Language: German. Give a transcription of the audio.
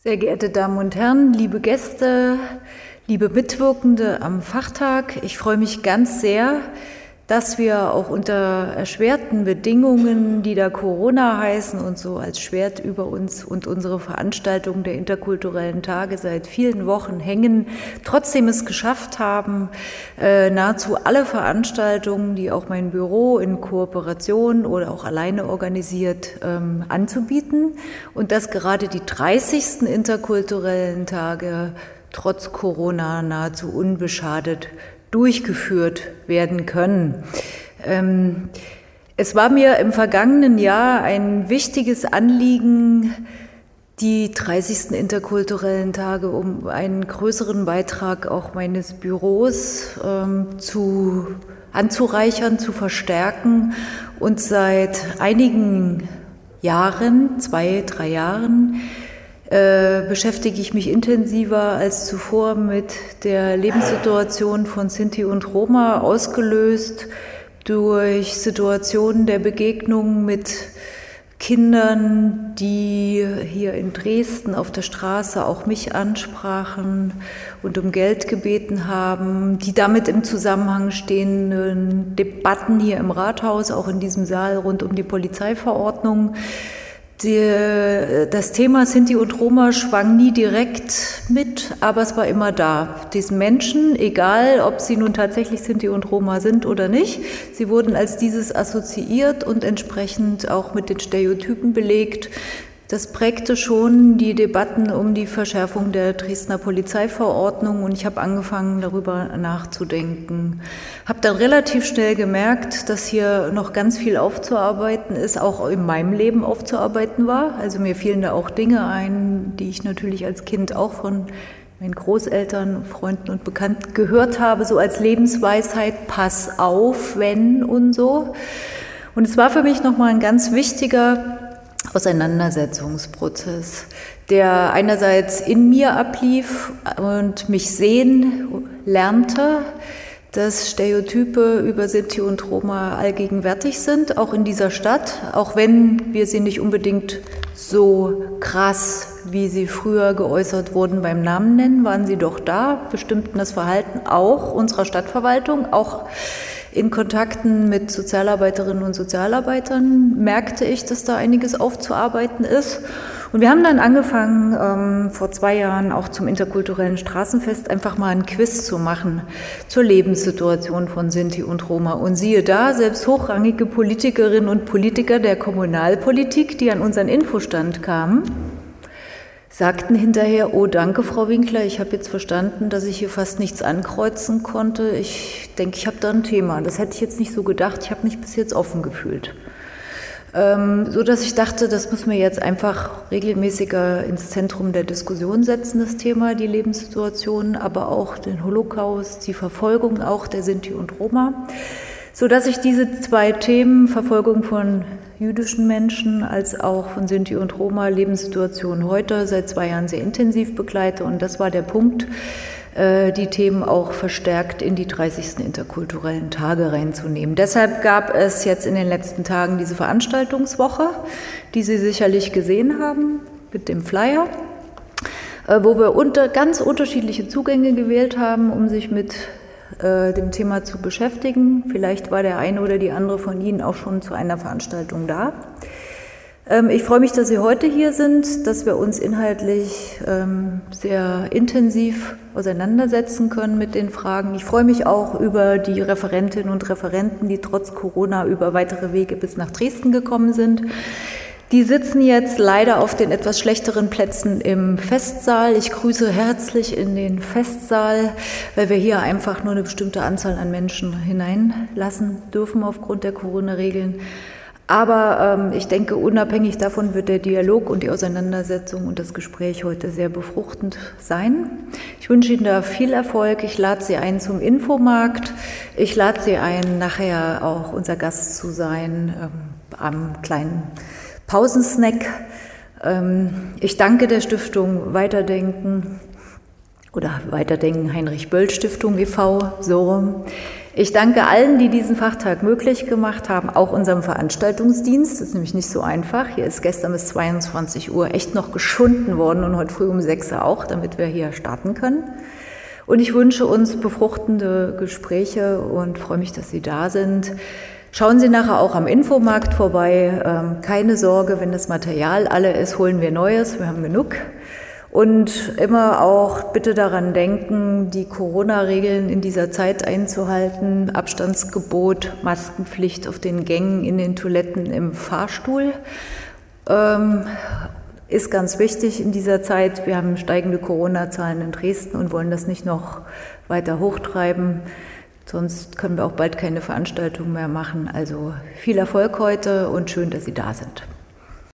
Sehr geehrte Damen und Herren, liebe Gäste, liebe Mitwirkende am Fachtag, ich freue mich ganz sehr, dass wir auch unter erschwerten Bedingungen, die da Corona heißen und so als Schwert über uns und unsere Veranstaltung der interkulturellen Tage seit vielen Wochen hängen, trotzdem es geschafft haben, nahezu alle Veranstaltungen, die auch mein Büro in Kooperation oder auch alleine organisiert, anzubieten und dass gerade die 30. interkulturellen Tage trotz Corona nahezu unbeschadet durchgeführt werden können. Es war mir im vergangenen Jahr ein wichtiges Anliegen, die 30. interkulturellen Tage um einen größeren Beitrag auch meines Büros anzureichern, zu verstärken. Und seit einigen Jahren, 2, 3 Jahren, beschäftige ich mich intensiver als zuvor mit der Lebenssituation von Sinti und Roma, ausgelöst durch Situationen der Begegnung mit Kindern, die hier in Dresden auf der Straße auch mich ansprachen und um Geld gebeten haben, die damit im Zusammenhang stehenden Debatten hier im Rathaus, auch in diesem Saal rund um die Polizeiverordnung. Das Thema Sinti und Roma schwang nie direkt mit, aber es war immer da. Diesen Menschen, egal ob sie nun tatsächlich Sinti und Roma sind oder nicht, sie wurden als dieses assoziiert und entsprechend auch mit den Stereotypen belegt. Das prägte schon die Debatten um die Verschärfung der Dresdner Polizeiverordnung und ich habe angefangen, darüber nachzudenken. Habe dann relativ schnell gemerkt, dass hier noch ganz viel aufzuarbeiten ist, auch in meinem Leben aufzuarbeiten war. Also mir fielen da auch Dinge ein, die ich natürlich als Kind auch von meinen Großeltern, Freunden und Bekannten gehört habe, so als Lebensweisheit, pass auf, wenn und so. Und es war für mich nochmal ein ganz wichtiger Auseinandersetzungsprozess, der einerseits in mir ablief und mich sehen lernte, dass Stereotype über Sinti und Roma allgegenwärtig sind, auch in dieser Stadt, auch wenn wir sie nicht unbedingt so krass, wie sie früher geäußert wurden, beim Namen nennen, waren sie doch da, bestimmten das Verhalten auch unserer Stadtverwaltung, auch in Kontakten mit Sozialarbeiterinnen und Sozialarbeitern merkte ich, dass da einiges aufzuarbeiten ist. Und wir haben dann angefangen, vor 2 Jahren auch zum interkulturellen Straßenfest einfach mal ein Quiz zu machen zur Lebenssituation von Sinti und Roma. Und siehe da, selbst hochrangige Politikerinnen und Politiker der Kommunalpolitik, die an unseren Infostand kamen, sagten hinterher, oh danke Frau Winkler, ich habe jetzt verstanden, dass ich hier fast nichts ankreuzen konnte. Ich denke, ich habe da ein Thema. Das hätte ich jetzt nicht so gedacht, ich habe mich bis jetzt offen gefühlt. So dass ich dachte, das müssen wir jetzt einfach regelmäßiger ins Zentrum der Diskussion setzen, das Thema, die Lebenssituation, aber auch den Holocaust, die Verfolgung auch der Sinti und Roma. So dass ich diese 2 Themen, Verfolgung von jüdischen Menschen als auch von Sinti und Roma, Lebenssituation heute seit 2 Jahren sehr intensiv begleite. Und das war der Punkt, die Themen auch verstärkt in die 30. interkulturellen Tage reinzunehmen. Deshalb gab es jetzt in den letzten Tagen diese Veranstaltungswoche, die Sie sicherlich gesehen haben mit dem Flyer, wo wir ganz unterschiedliche Zugänge gewählt haben, um sich mit dem Thema zu beschäftigen. Vielleicht war der eine oder die andere von Ihnen auch schon zu einer Veranstaltung da. Ich freue mich, dass Sie heute hier sind, dass wir uns inhaltlich sehr intensiv auseinandersetzen können mit den Fragen. Ich freue mich auch über die Referentinnen und Referenten, die trotz Corona über weitere Wege bis nach Dresden gekommen sind. Die sitzen jetzt leider auf den etwas schlechteren Plätzen im Festsaal. Ich grüße herzlich in den Festsaal, weil wir hier einfach nur eine bestimmte Anzahl an Menschen hineinlassen dürfen aufgrund der Corona-Regeln. Aber ich denke, unabhängig davon wird der Dialog und die Auseinandersetzung und das Gespräch heute sehr befruchtend sein. Ich wünsche Ihnen da viel Erfolg. Ich lade Sie ein zum Infomarkt. Ich lade Sie ein, nachher auch unser Gast zu sein am kleinen Pausensnack. Ich danke der Stiftung Weiterdenken oder Weiterdenken Heinrich Böll Stiftung e.V. so. Ich danke allen, die diesen Fachtag möglich gemacht haben, auch unserem Veranstaltungsdienst. Das ist nämlich nicht so einfach. Hier ist gestern bis 22 Uhr echt noch geschunden worden und heute früh um 6 Uhr auch, damit wir hier starten können. Und ich wünsche uns befruchtende Gespräche und freue mich, dass Sie da sind. Schauen Sie nachher auch am Infomarkt vorbei. Keine Sorge, wenn das Material alle ist, holen wir Neues. Wir haben genug. Und immer auch bitte daran denken, die Corona-Regeln in dieser Zeit einzuhalten. Abstandsgebot, Maskenpflicht auf den Gängen, in den Toiletten, im Fahrstuhl. Ist ganz wichtig in dieser Zeit. Wir haben steigende Corona-Zahlen in Dresden und wollen das nicht noch weiter hochtreiben. Sonst können wir auch bald keine Veranstaltung mehr machen. Also viel Erfolg heute und schön, dass Sie da sind.